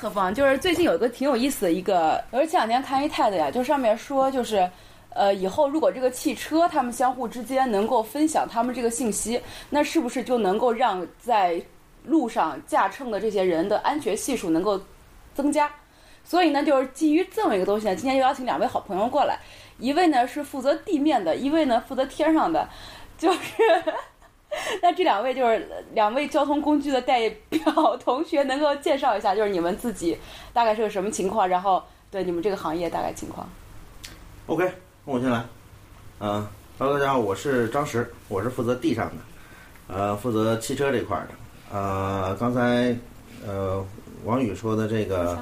特棒，就是最近有一个挺有意思的一个，我是前2天看一TED呀，就上面说就是。以后如果这个汽车他们相互之间能够分享他们这个信息，那是不是就能够让在路上驾乘的这些人的安全系数能够增加？所以呢，就是基于这么一个东西呢，今天就邀请2位好朋友过来，一位呢是负责地面的，一位呢负责天上的，就是那这2位就是2位交通工具的代表同学，能够介绍一下，就是你们自己大概是个什么情况，然后对你们这个行业大概情况。 OK。我先来，Hello， 大家好，我是张石，我是负责地上的，负责汽车这块的，刚才王宇说的这个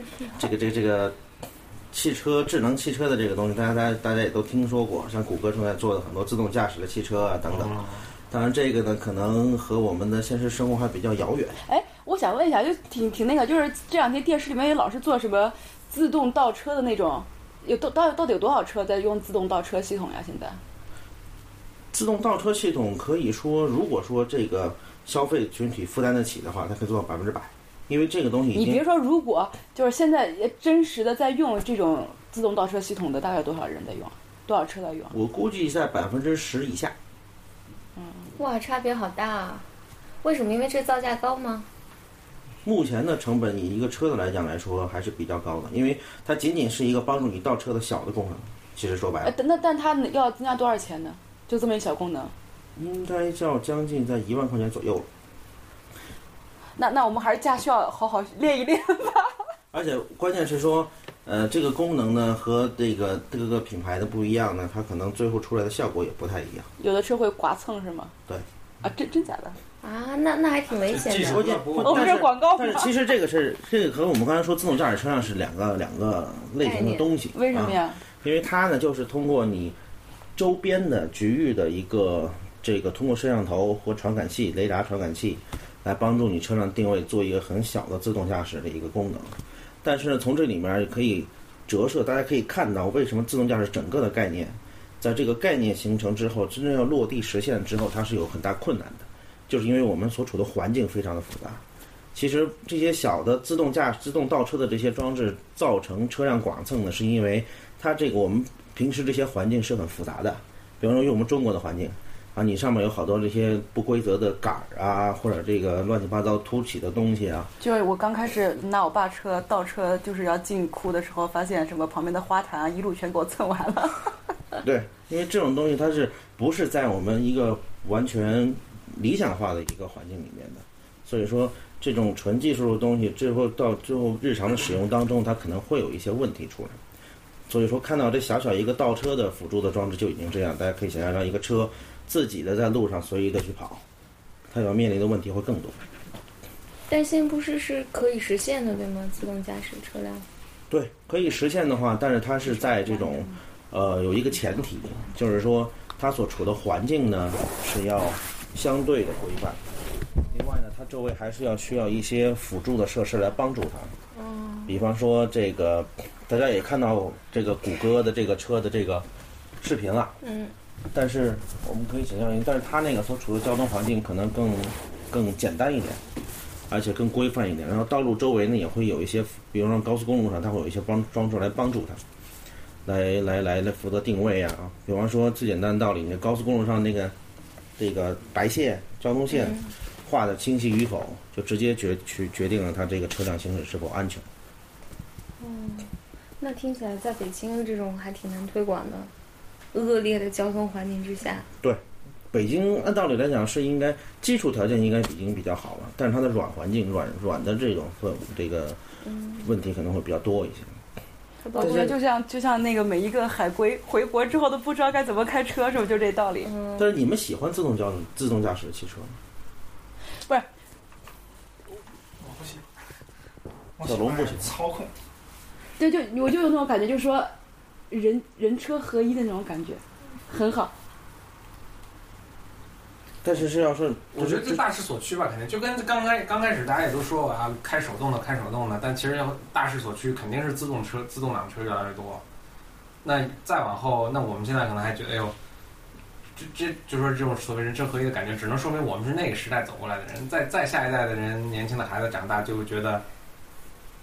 汽车智能汽车的这个东西，大家也都听说过，像谷歌正在做的很多自动驾驶的汽车啊等等。当然，这个呢可能和我们的现实生活还比较遥远。 哎，我想问一下，就挺那个，就是这2天电视里面也老是做什么自动倒车的那种。到底有多少车在用自动倒车系统呀？现在自动倒车系统可以说，如果说这个消费群体负担得起的话，它可以做到100%，因为这个东西你别说，如果就是现在真实的在用这种自动倒车系统的，大概有多少人在用？多少车在用？ 我估计在10%以下。 哇，差别好大啊！为什么？因为这造价高吗？ 目前的成本以一个车的来说还是比较高的，因为它仅仅是一个帮助你倒车的小的功能。其实说白了， 但它要增加多少钱呢？就这么一小功能， 应该要将近在1万块钱左右。 那我们还是驾校好好练一练吧。 而且关键是说，这个功能呢和这个各个品牌的不一样呢，它可能最后出来的效果也不太一样。 有的车会刮蹭是吗？ 对。 啊，真假的？ 啊，那还挺危险的。 我们是广告。 但是其实这个和我们刚才说自动驾驶车辆是两个类型的东西。 为什么呀？ 因为它呢就是通过你周边的局域的一个通过摄像头或传感器、雷达传感器来帮助你车辆定位，做一个很小的自动驾驶的一个功能。但是呢，从这里面可以折射，大家可以看到为什么自动驾驶整个的概念，在这个概念形成之后，真正要落地实现之后，它是有很大困难的。就是因为我们所处的环境非常的复杂，其实这些小的自动倒车的这些装置造成车辆剐蹭呢，是因为它这个我们平时这些环境是很复杂的。比方说用我们中国的环境啊，你上面有好多这些不规则的杆儿啊，或者这个乱七八糟凸起的东西啊。 就是我刚开始拿我爸车倒车，就是要进库的时候，发现什么旁边的花坛啊，一路全给我蹭完了。 对，因为这种东西它是不是在我们一个完全理想化的一个环境里面的，所以说这种纯技术的东西最后日常的使用当中，它可能会有一些问题出来。所以说看到这小一个倒车的辅助的装置就已经这样，大家可以想象让一个车自己的在路上随意的去跑，它要面临的问题会更多。 但现在不是可以实现的，对吗？自动驾驶车辆？ 对，可以实现的话，但是它是在这种有一个前提，就是说它所处的环境呢是要相对的规范。另外呢，它周围还是需要一些辅助的设施来帮助它。比方说这个，大家也看到这个谷歌的这个车的这个视频了。但是我们可以想象，但是它那个所处的交通环境可能更简单一点，而且更规范一点。然后道路周围呢也会有一些，比如说高速公路上，它会有一些装置来帮助它，来负责定位啊。比方说最简单的道理，你高速公路上这个白线交通线画的清晰与否，就直接决定了它这个车辆行驶是否安全。 那听起来在北京这种还挺难推广的，恶劣的交通环境之下。 对，北京按道理来讲是应该基础条件应该已经比较好了，但是它的软环境软的这种问题可能会比较多一些。 我觉得就像那个每一个海归回国之后都不知道该怎么开车，是不是就这道理？ 但是你们喜欢自动驾驶的汽车吗？ 不是， 我不喜欢。小龙不行， 操控。 对，我就有那种感觉，就是说人车合一的那种感觉，很好。 但是我觉得这大势所趋吧，肯定就跟刚开始大家也都说我要开手动的，但其实要大势所趋，肯定是自动挡车越来越多。那再往后，那我们现在可能还觉得，哎呦，这就说这种所谓人车合一的感觉，只能说明我们是那个时代走过来的人。再下一代的人，年轻的孩子长大就会觉得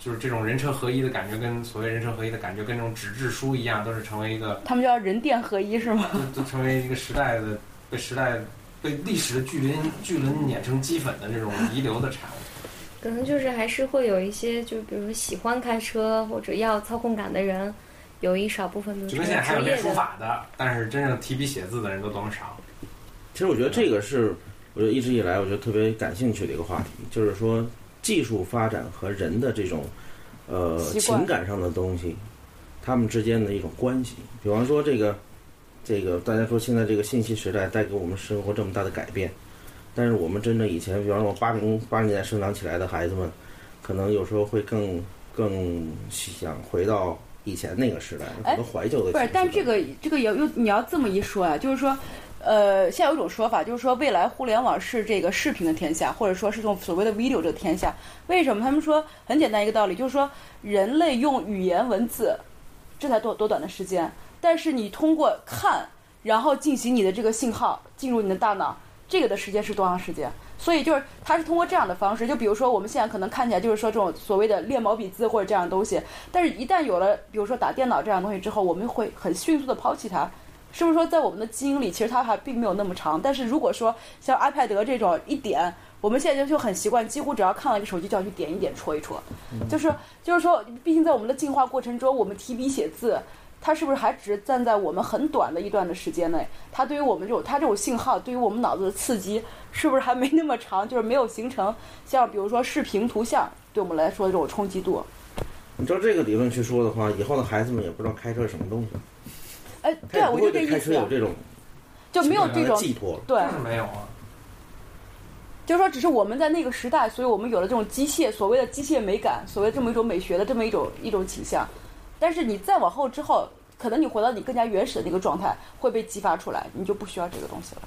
就是这种人车合一的感觉，跟所谓人车合一的感觉，跟这种纸质书一样，都是成为一个他们叫人电合一是吗？ 都成为一个时代的被历史的巨轮碾成齑粉的这种遗留的产物。 可能就是还是会有一些，就比如说喜欢开车或者要操控感的人，有一少部分的就跟现在还有练书法的，但是真正提笔写字的人都多么少。 其实我觉得这个是我觉得一直以来我觉得特别感兴趣的一个话题，就是说技术发展和人的这种情感上的东西，他们之间的一种关系。比方说这个大家说现在这个信息时代带给我们生活这么大的改变，但是我们真正以前，比方说80年代生长起来的孩子们，可能有时候会更想回到以前那个时代，很多怀旧的。 不是，但这个也有你要这么一说啊，就是说，现在有一种说法，就是说未来互联网是这个视频的天下，或者说是这种所谓的 video 这个天下。为什么？他们说很简单一个道理，就是说人类用语言文字，这才多短的时间，但是你通过看，然后进行你的这个信号进入你的大脑，这个的时间是多长时间？所以就是它是通过这样的方式，就比如说我们现在可能看起来就是说这种所谓的练毛笔字或者这样的东西，但是一旦有了比如说打电脑这样的东西之后，我们会很迅速的抛弃它。是不是说在我们的基因里其实它还并没有那么长？但是如果说像 iPad 这种一点，我们现在就很习惯，几乎只要看到一个手机就要去点一点戳一戳，就是说，毕竟在我们的进化过程中，我们提笔写字，它是不是还只站在我们很短的一段的时间内？它对于我们这种信号，对于我们脑子的刺激，是不是还没那么长？就是没有形成像比如说视频、图像对我们来说的这种冲击度。 你照这个理论去说的话，以后的孩子们也不知道开车是什么东西。 哎，对啊，我就这意思。 开车有这种就没有这种寄托， 对， 就是没有啊。 就是说，只是我们在那个时代，所以我们有了这种机械，所谓的机械美感，所谓这么一种美学的这么一种倾向。但是你再往后之后，可能你回到你更加原始的那个状态，会被激发出来，你就不需要这个东西了。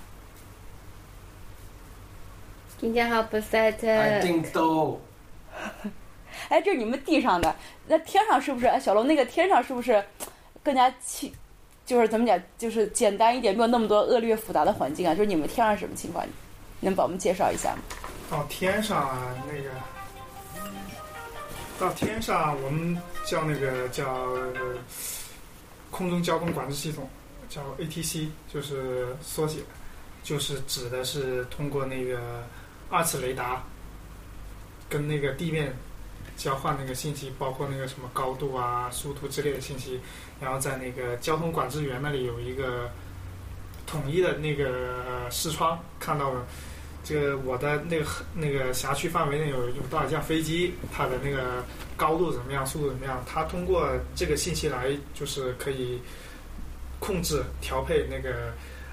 今天好不赛特。 I think so。 哎，这是你们地上的，那天上是不是？哎，小龙，那个天上是不是更加就是怎么讲，就是简单一点，没有那么多恶劣复杂的环境啊？就是你们天上是什么情况？能帮我们介绍一下吗？ 到天上啊，到天上我们叫空中交通管制系统，叫 ATC， 就是缩写，就是指的是通过那个2次雷达跟那个地面交换那个信息，包括那个什么高度啊、速度之类的信息，然后在那个交通管制员那里有一个统一的那个视窗，看到了这个我的那个辖区范围内有多少架飞机，它的那个高度怎么样，速度怎么样，它通过这个信息来就是可以控制调配那个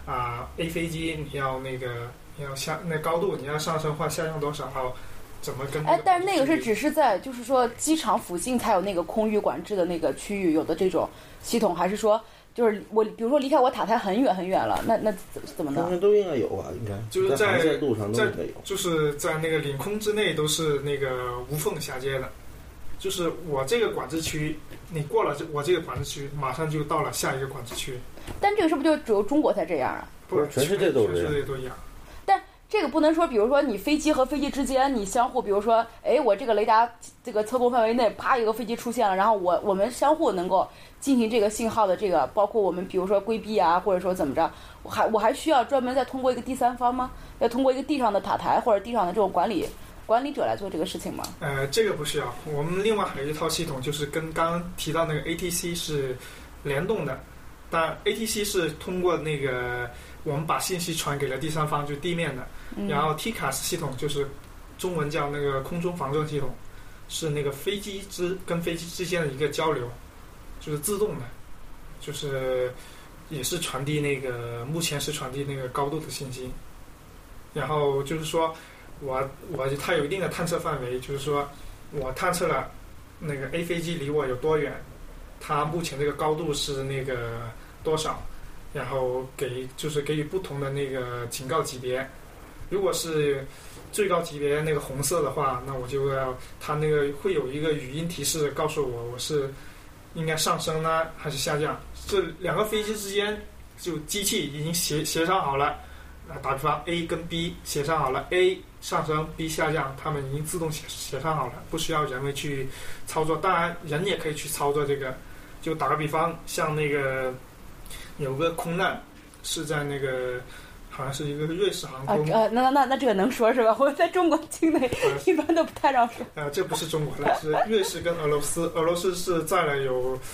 A 飞机你要下那高度你要上升或下降多少，怎么跟但是那个是只是在就是说机场附近才有那个空域管制的那个区域有的这种系统，还是说就是我比如说离开我塔台很远很远了，那怎么呢？ 都应该有吧？应该就是在航线路上都应该有， 就是在那个领空之内都是那个无缝衔接的。就是我这个管制区，你过了我这个管制区，马上就到了下一个管制区。 但这个是不是就只有中国才这样啊？ 不是， 全世界都这样，全世界都一样。 但这个不能说，比如说你飞机和飞机之间，你相互，比如说，哎，我这个雷达这个测控范围内，啪，有个飞机出现了，然后我们相互能够进行这个信号的这个，包括我们比如说规避啊，或者说怎么着，我还需要专门再通过一个第三方吗？要通过一个地上的塔台或者地上的这种管理者来做这个事情吗？ 这个不需要，我们另外还有一套系统，就是跟刚刚提到那个 ATC 是联动的，但 ATC 是通过那个我们把信息传给了第三方，就地面的。然后 TCAS 系统就是中文叫那个空中防震系统，是那个飞机跟飞机之间的一个交流，就是自动的，就是也是传递目前是传递那个高度的信息。然后就是说它有一定的探测范围，就是说我探测了那个 A 飞机离我有多远，它目前这个高度是那个多少，然后给予不同的那个警告级别。如果是最高级别那个红色的话，那我就要它那个会有一个语音提示告诉我是应该上升呢还是下降。这两个飞机之间就机器已经协商好了， 打比方 A 跟 B 协商好了 ，A 上升 B 下降，他们已经自动协商好了，不需要人为去操作。当然人也可以去操作这个。就打个比方，像那个有个空难是在那个好像是一个瑞士航空那这个能说是吧？我在中国境内一般都不太让说。 这不是中国的，是瑞士跟俄罗斯。俄罗斯是载了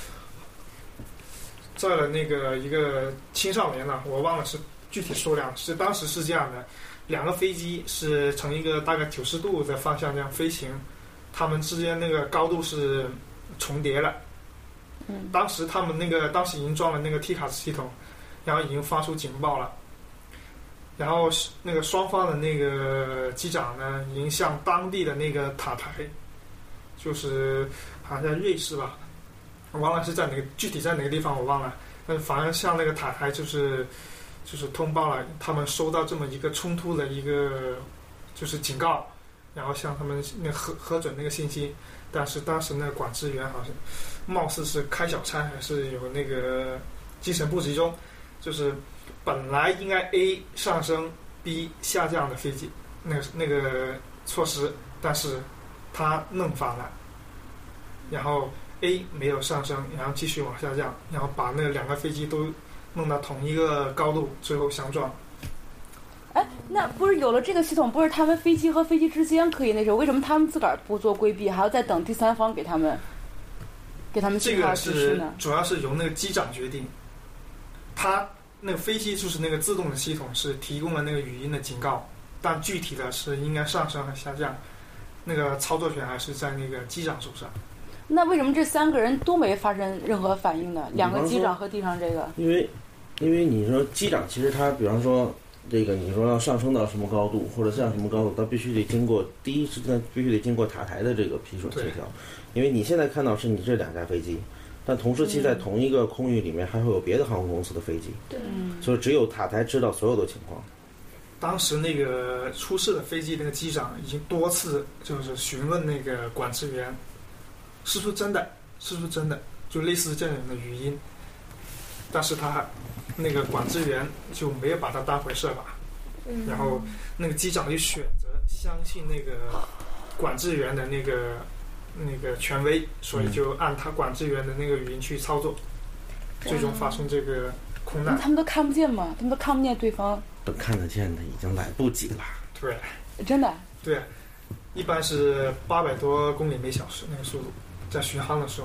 那个一个青少年了，我忘了是具体数量，是当时是这样的，两个飞机是呈一个大概90度的方向这样飞行，他们之间那个高度是重叠了。当时他们当时已经装了那个 TCAS 系统，然后已经发出警报了，然后那个双方的那个机长呢，已经向当地的那个塔台，就是好像在瑞士吧，我忘了是在哪个具体在哪个地方我忘了，但反正向那个塔台就是通报了他们收到这么一个冲突的一个就是警告，然后向他们那核准那个信息。但是当时那个管制员好像貌似是开小差，还是有那个精神不集中，就是本来应该 A 上升 B 下降的飞机那个措施，但是他弄反了，然后 A 没有上升，然后继续往下降，然后把那两个飞机都弄到同一个高度，最后相撞。 那不是有了这个系统，不是他们飞机和飞机之间可以那时候，为什么他们自个儿不做规避，还要再等第三方给他们信号指示呢？ 主要是由那个机长决定，他那个飞机就是那个自动的系统是提供了那个语音的警告，但具体的是应该上升还是下降，那个操作权还是在那个机长手上。 那为什么这3个人都没发生任何反应呢？两个机长和地上这个， 因为你说机长其实他比方说。这个你说要上升到什么高度或者下什么高度，它必须得经过第一时间必须得经过塔台的这个批准协调，因为你现在看到是你这2架飞机，但同时期在同一个空域里面还会有别的航空公司的飞机， 对， 所以只有塔台知道所有的情况。 当时那个出事的飞机那个机长已经多次就是询问那个管制员，是不是真的，就类似这样的语音，但是他那个管制员就没有把它当回事吧，然后那个机长就选择相信那个管制员的那个权威，所以就按他管制员的那个语音去操作，最终发生这个空难。 他们都看不见吗？他们都看不见对方？ 等看得见的已经来不及了。 对， 真的。 对，一般是800多公里每小时那个速度，在巡航的时候。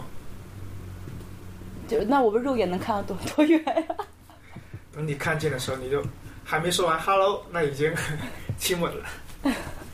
那我们肉眼能看到多远呀？ 等你看见的时候，你就还没说完 “hello”， 那已经亲吻了。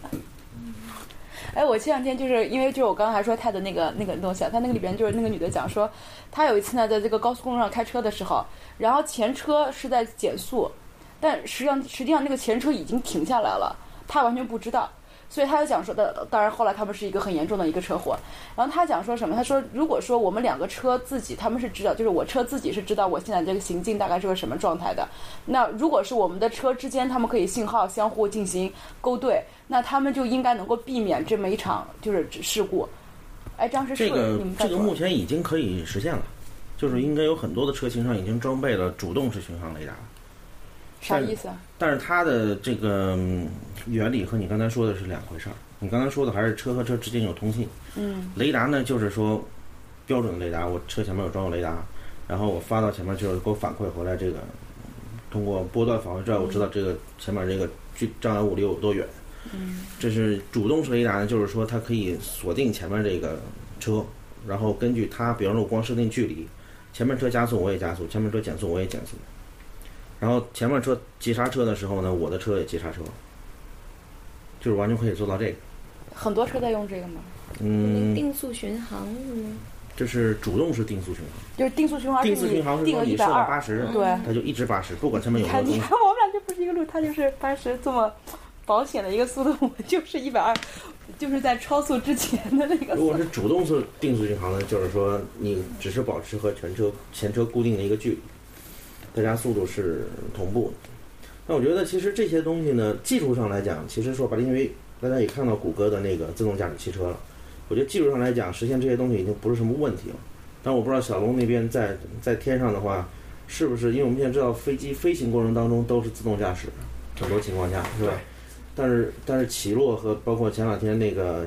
我前2天就是因为就是我刚刚还说他的那个东西，他那个里边就是那个女的讲说，她有一次呢在这个高速公路上开车的时候，然后前车是在减速，但实际上那个前车已经停下来了，她完全不知道。所以他就讲说的，当然后来他们是一个很严重的一个车祸。然后他讲说什么？他说，如果说我们2个车自己，他们是知道，就是我车自己是知道我现在这个行进大概是个什么状态的。那如果是我们的车之间，他们可以信号相互进行勾兑，那他们就应该能够避免这么一场就是事故。张师这个目前已经可以实现了，就是应该有很多的车型上已经装备了主动式巡航雷达。 啥意思啊？ 但是它的这个原理和你刚才说的是2回事儿。你刚才说的还是车和车之间有通信。雷达呢，就是说标准的雷达，我车前面有装有雷达，然后我发到前面就是给我反馈回来，这个通过波段返回之后，我知道这个前面这个距障碍物离我多远。这是主动式雷达呢，就是说它可以锁定前面这个车，然后根据它，比方说我光设定距离，前面车加速我也加速，前面车减速我也减速。然后前面车急刹车的时候呢，我的车也急刹车，就是完全可以做到这个。 很多车在用这个吗？ 定速巡航是吗？ 这是主动式定速巡航， 就是定速巡航。 定速巡航是说你设到80， 对， 它就一直80，不管前面有没有东西。 你看我们俩就不是一个路，它就是80这么保险的一个速度，我就是120，就是在超速之前的那个。 如果是主动式定速巡航呢，就是说你只是保持和前车固定的一个距离。大家速度是同步的。那我觉得其实这些东西呢，技术上来讲，其实说白了，因为大家也看到谷歌的那个自动驾驶汽车了，我觉得技术上来讲，实现这些东西已经不是什么问题了。但我不知道小龙那边在天上的话，是不是因为我们现在知道飞机飞行过程当中都是自动驾驶， 很多情况下是吧？但是起落和包括前两天那个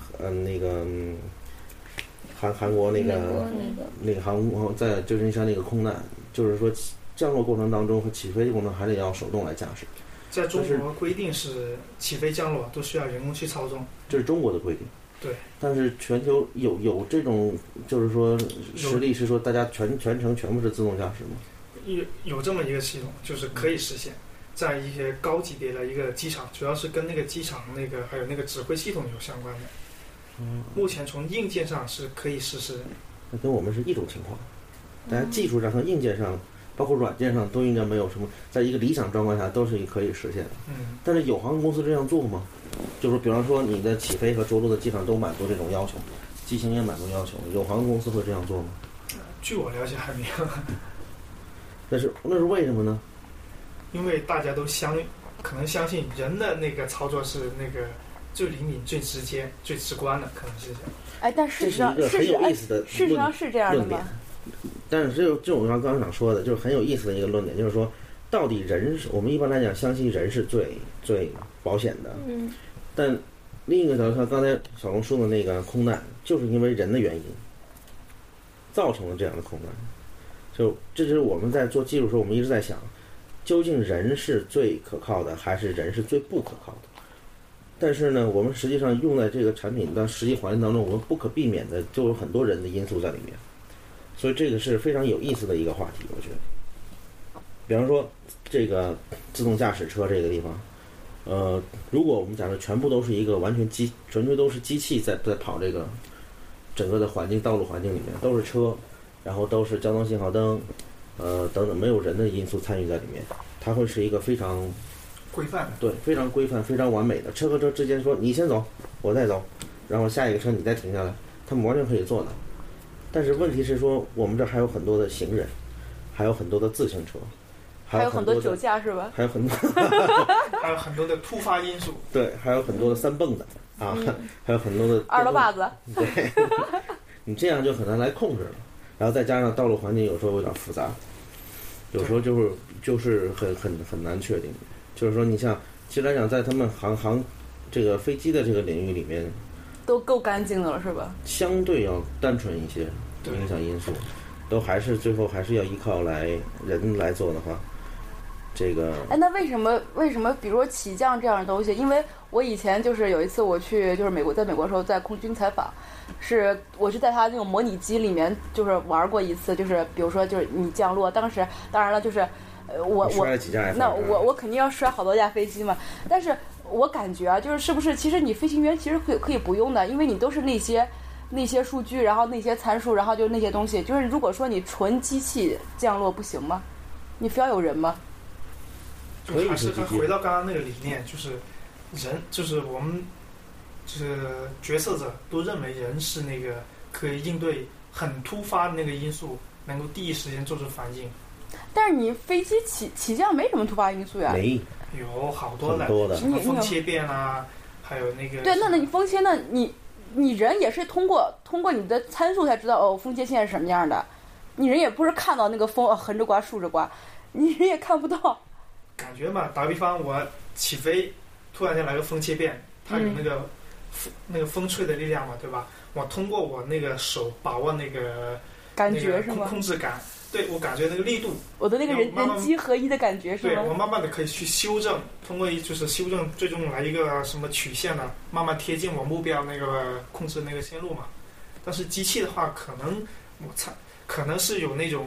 韩国那个航空在旧金山那个空难，就是说降落过程当中和起飞的过程还得要手动来驾驶。 在中国规定是起飞降落都需要人工去操纵， 这是中国的规定。 对， 但是全球有这种就是说实力是说大家全程全部是自动驾驶吗？ 有这么一个系统，就是可以实现。在一些高级别的一个机场，主要是跟那个机场那个还有那个指挥系统有相关的。目前从硬件上是可以实施的。 那跟我们是一种情况，大家技术上和硬件上，包括软件上都应该没有什么，在一个理想状况下都是可以实现的。但是有航空公司这样做吗？就是比方说你的起飞和着陆的机场都满足这种要求，机型也满足要求，有航空公司会这样做吗？ 据我了解还没有。 那是为什么呢？ 因为大家都可能相信人的那个操作是那个最灵敏、最直接、最直观的，可能是这样。 哎，但事实上， 这是一个很有意思的事实上是这样的吗？ 但是这我刚想说的，就是很有意思的一个论点，就是说，到底我们一般来讲相信人是最保险的。但另一个角度，像刚才小龙说的那个空难，就是因为人的原因造成了这样的空难。这就是我们在做技术的时候，我们一直在想，究竟人是最可靠的，还是人是最不可靠的？但是呢，我们实际上用在这个产品的实际环境当中，我们不可避免的就有很多人的因素在里面，所以这个是非常有意思的一个话题，我觉得。比方说这个自动驾驶车这个地方，如果我们假设全部都是一个纯粹都是机器在跑这个整个的道路环境里面，都是车，然后都是交通信号灯，等等，没有人的因素参与在里面，它会是一个非常规范的， 对，非常规范、非常完美的。车和车之间说你先走，我再走，然后下一个车你再停下来，他们完全可以做到。但是问题是说，我们这还有很多的行人，还有很多的自行车， 还有很多酒驾是吧？ 还有很多， 还有很多的突发因素。 对，还有很多的三蹦子啊，还有很多的二楼把子。 对，你这样就很难来控制了。然后再加上道路环境有时候有点复杂，有时候就是很难确定。就是说，你像其实来讲，在他们这个飞机的这个领域里面， 都够干净的了，是吧？ 相对要单纯一些，影响因素都最后还是要依靠人来做的话，这个。 哎，那为什么比如说起降这样的东西？因为我以前就是有一次我去就是在美国的时候，在空军采访，我是在他那种模拟机里面就是玩过一次，就是比如说就是你降落，当然了就是。我肯定要摔好多架飞机嘛，但是我感觉啊，是不是其实你飞行员其实可以不用的，因为你都是那些数据，然后那些参数，然后就那些东西，就是如果说你纯机器降落不行吗？你非要有人吗？ 就还是回到刚刚那个理念，就是人，就是我们就是决策者都认为人是那个可以应对很突发的那个因素，能够第一时间做出反应。 但是你飞机起降没什么突发因素呀， 有好多的， 什么风切变啊，还有那个对，那你风切，那你人也是通过你的参数才知道风切线是什么样的，你人也不是看到那个风横着刮竖着刮，你人也看不到。 感觉嘛，打比方我起飞，突然间来个风切变，它有那个风吹的力量嘛，对吧？我通过我那个手把握那个感觉是吗？ 控制感。对，我感觉那个力度， 我的那个人机合一的感觉是吗？ 对，我慢慢的可以去修正，通过就是修正，最终来一个什么曲线呢？慢慢贴近我目标那个控制那个线路嘛。但是机器的话，可能是有那种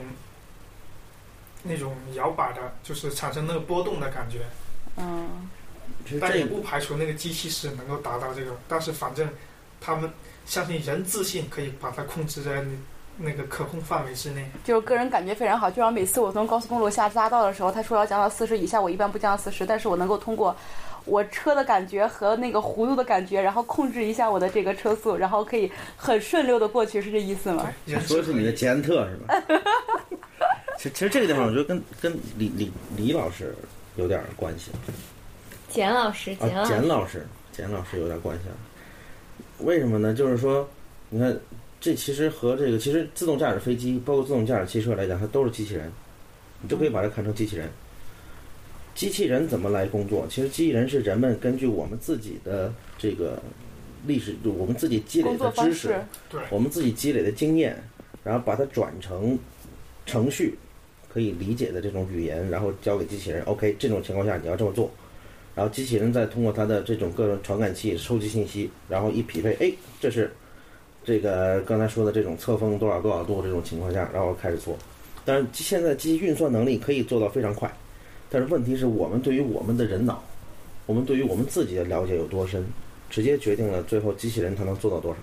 摇摆的，就是产生那个波动的感觉。但也不排除那个机器是能够达到这个，但是反正他们相信人自信可以把它控制在那个可控范围之内， 就是个人感觉非常好。就像每次我从高速公路下匝道的时候，他说要降到40以下，我一般不降到40，但是我能够通过我车的感觉和那个弧度的感觉，然后控制一下我的这个车速，然后可以很顺溜的过去，是这意思吗？ 说的是你的捷安特是吧？其实这个地方我觉得跟李老师有点关系。 简老师有点关系。为什么呢？就是说，你看。这其实和其实自动驾驶飞机，包括自动驾驶汽车来讲，它都是机器人，你就可以把它看成机器人。 机器人怎么来工作？其实机器人是人们根据我们自己的这个历史，我们自己积累的知识，我们自己积累的经验，然后把它转成程序可以理解的这种语言，然后交给机器人。OK， 这种情况下你要这么做，然后机器人再通过它的这种各种传感器收集信息，然后一匹配，哎，这是这个刚才说的这种侧风多少多少度这种情况下，然后开始做。但是现在机器运算能力可以做到非常快，但是问题是我们对于我们的人脑，我们对于我们自己的了解有多深，直接决定了最后机器人它能做到多少。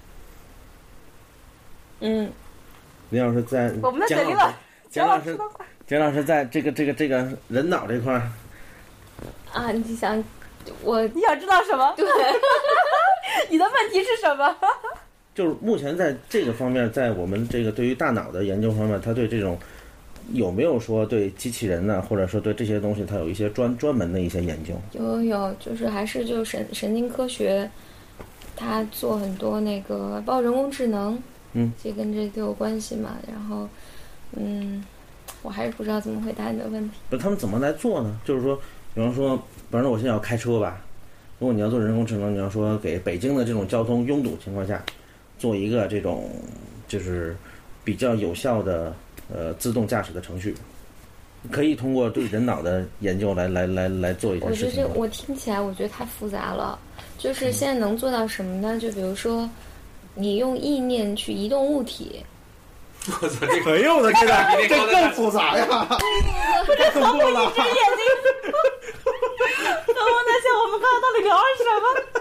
林老师在我们的等于了， 蒋老师在这个人脑这块儿啊，你想知道什么？ 对， 你的问题是什么？ 就是目前在这个方面，在我们这个对于大脑的研究方面，他对这种有没有说对机器人呢，或者说对这些东西，它有一些专门的一些研究？ 有，就是还是就神经科学，他做很多那个包括人工智能，这跟这都有关系嘛。然后，我还是不知道怎么回答你的问题。 不是他们怎么来做呢？就是说，比方说我现在要开车吧，如果你要做人工智能，你要说给北京的这种交通拥堵情况下，做一个这种就是比较有效的自动驾驶的程序，可以通过对人脑的研究来做一件事情。 我听起来我觉得太复杂了，就是现在能做到什么呢？就比如说，你用意念去移动物体。 我操，这没有的，这更复杂呀！太恐怖了！ 眼睛，等我那些我们刚才到底聊了什么？